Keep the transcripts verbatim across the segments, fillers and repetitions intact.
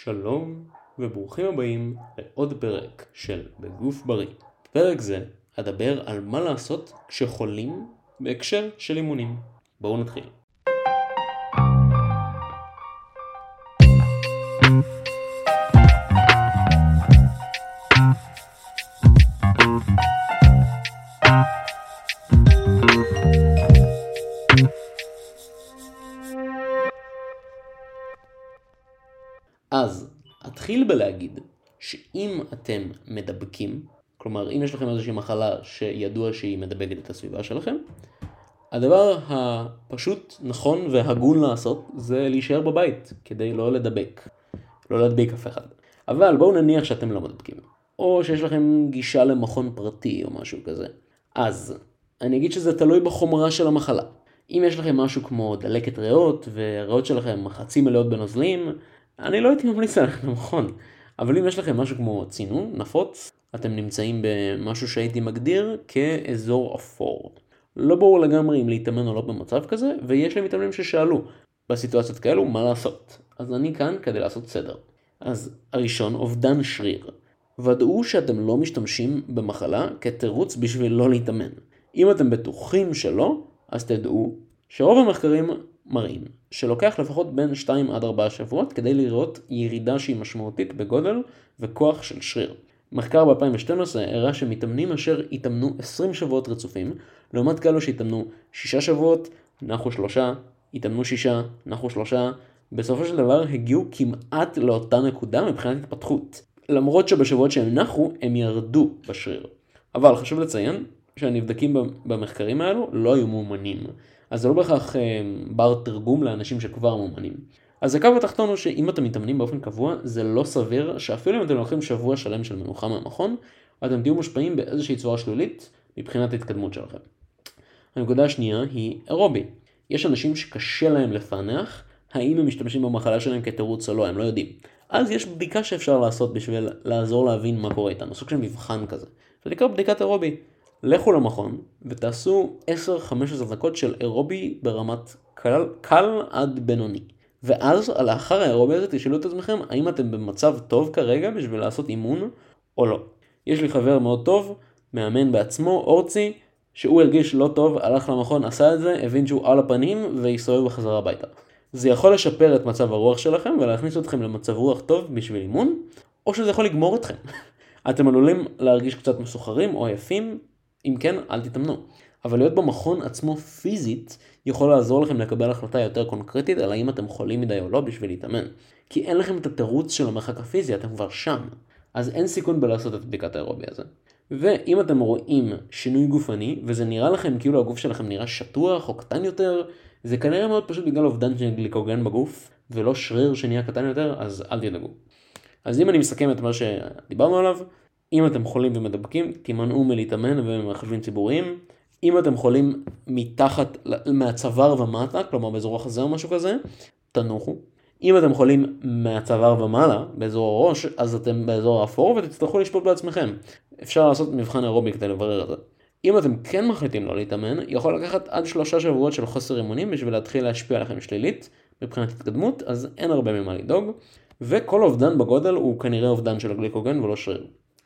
שלום וברוכים הבאים לעוד פרק של בגוף בריא. בפרק זה אדבר על מה לעשות כשחולים בהקשר של אימונים. בואו נתחיל. אז אתחיל בלהגיד שאם אתם מדבקים, כלומר אם יש לכם איזושהי מחלה שידוע שהיא מדבקת את הסביבה שלכם, הדבר הפשוט, נכון והגון לעשות זה להישאר בבית כדי לא לדבק, לא להדביק אף אחד. אבל בואו נניח שאתם לא מדבקים, או שיש לכם גישה למכון פרטי או משהו כזה. אז אני אגיד שזה תלוי בחומרה של המחלה. אם יש לכם משהו כמו דלקת ריאות והריאות שלכם חצי מלאות בנוזלים, אני לא הייתי ממליץ ללכת למכון. אבל אם יש לכם משהו כמו צינון, נפוץ, אתם נמצאים במשהו שהייתי מגדיר כאזור אפור. לא ברור לגמרי אם להתאמן או לא במצב כזה, ויש לי מתאמנים ששאלו בסיטואציות כאלו מה לעשות. אז אני כאן כדי לעשות סדר. אז הראשון, אובדן שריר. ודאו שאתם לא משתמשים במחלה כתירוץ בשביל לא להתאמן. אם אתם בטוחים שלא, אז תדעו שרוב המחקרים מראים שלוקח לפחות בין שתיים עד ארבע שבועות כדי לראות ירידה שהיא משמעותית בגודל וכוח של שריר. מחקר ב-אלפיים ושתים עשרה הראה שמתאמנים אשר התאמנו עשרים שבועות רצופים, לעומת כאלו שהתאמנו שישה שבועות, נחו שלושה, התאמנו שישה, נחו שלושה, בסופו של דבר הגיעו כמעט לאותה נקודה מבחינת התפתחות. למרות שבשבועות שהם נחו, הם ירדו בשריר. אבל חשוב לציין שהנבדקים במחקרים האלו לא היו מאומנים. אז זה לא בהכרח בר תרגום לאנשים שכבר מאומנים. אז הקו התחתון הוא שאם אתם מתאמנים באופן קבוע, זה לא סביר שאפילו אם אתם לוקחים שבוע שלם של מנוחה מהמכון, אתם תהיו מושפעים באיזושהי צורה שלולית מבחינת ההתקדמות שלכם. הנקודה השנייה היא אירובי. יש אנשים שקשה להם לפענח האם הם משתמשים במחלה שלהם כתירוץ או לא, הם לא יודעים. אז יש בדיקה שאפשר לעשות בשביל לעזור להבין מה קורה איתנו, סוג של מבחן כזה. זה נקרא בדיקת אירובי. לכו למכון ותעשו עשר עד חמש עשרה דקות של אירובי ברמת קל, קל עד בינוני. ואז לאחר האירובי הזה תשאלו את עצמכם האם אתם במצב טוב כרגע בשביל לעשות אימון או לא. יש לי חבר מאוד טוב, מאמן בעצמו, אורצי, שהוא הרגיש לא טוב, הלך למכון, עשה את זה, הבין שהוא על הפנים והסתובב בחזרה הביתה. זה יכול לשפר את מצב הרוח שלכם ולהכניס אתכם למצב רוח טוב בשביל אימון, או שזה יכול לגמור אתכם. אתם עלולים להרגיש קצת מסוחרים או יפים, אם כן, אל תתאמנו. אבל להיות במכון עצמו פיזית יכול לעזור לכם לקבל החלטה יותר קונקרטית על האם אתם חולים מדי או לא בשביל להתאמן. כי אין לכם את התירוץ של המרחק הפיזי, אתם כבר שם. אז אין סיכון בלעשות את בדיקת האירובי הזה. ואם אתם רואים שינוי גופני, וזה נראה לכם כאילו הגוף שלכם נראה שטוח או קטן יותר, זה כנראה מאוד פשוט בגלל אובדן של גליקוגן בגוף, ולא שריר שנהיה קטן יותר, אז אל תדאגו. אז אם אני מסכם את מה שדיברנו עליו, אם אתם חולים ומדבקים, תימנעו מלהתאמן ומחשבים ציבוריים. אם אתם חולים מתחת, מהצוואר ומטה, כלומר באזור החזה או משהו כזה, תנוחו. אם אתם חולים מהצוואר ומעלה, באזור הראש, אז אתם באזור האפור ותצטרכו לשפוט בעצמכם. אפשר לעשות מבחן אירובי כדי לברר את זה. אם אתם כן מחליטים לא להתאמן, יכול לקחת עד שלושה שבועות של חוסר אימונים בשביל להתחיל להשפיע עליכם שלילית מבחינת התקדמות, אז אין הרבה ממה לדאוג. וכל אובדן בגודל הוא כנראה אובדן של הגליקוגן ולא שריר.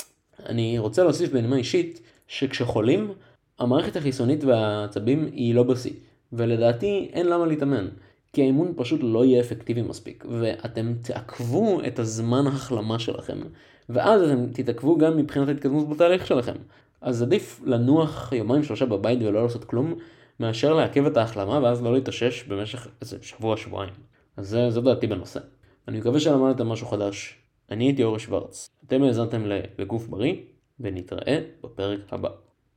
אני רוצה להוסיף בנימה אישית שכשחולים, המערכת החיסונית והעצבים היא לא בשיא, ולדעתי אין למה להתאמן, כי האימון פשוט לא יהיה אפקטיבי מספיק, ואתם תעכבו את הזמן ההחלמה שלכם, ואז אתם תתעכבו גם מבחינת ההתקדמות בתהליך שלכם. אז עדיף לנוח יומיים שלושה בבית ולא לעשות כלום, מאשר לעכב את ההחלמה ואז לא להתאושש במשך איזה שבוע שבועיים. אז זה, זה דעתי בנושא. אני מקווה שלמדתם משהו חדש. אני הייתי אורי שוורץ. אתם האזנתם לבגוף בריא, ונתראה בפרק הבא.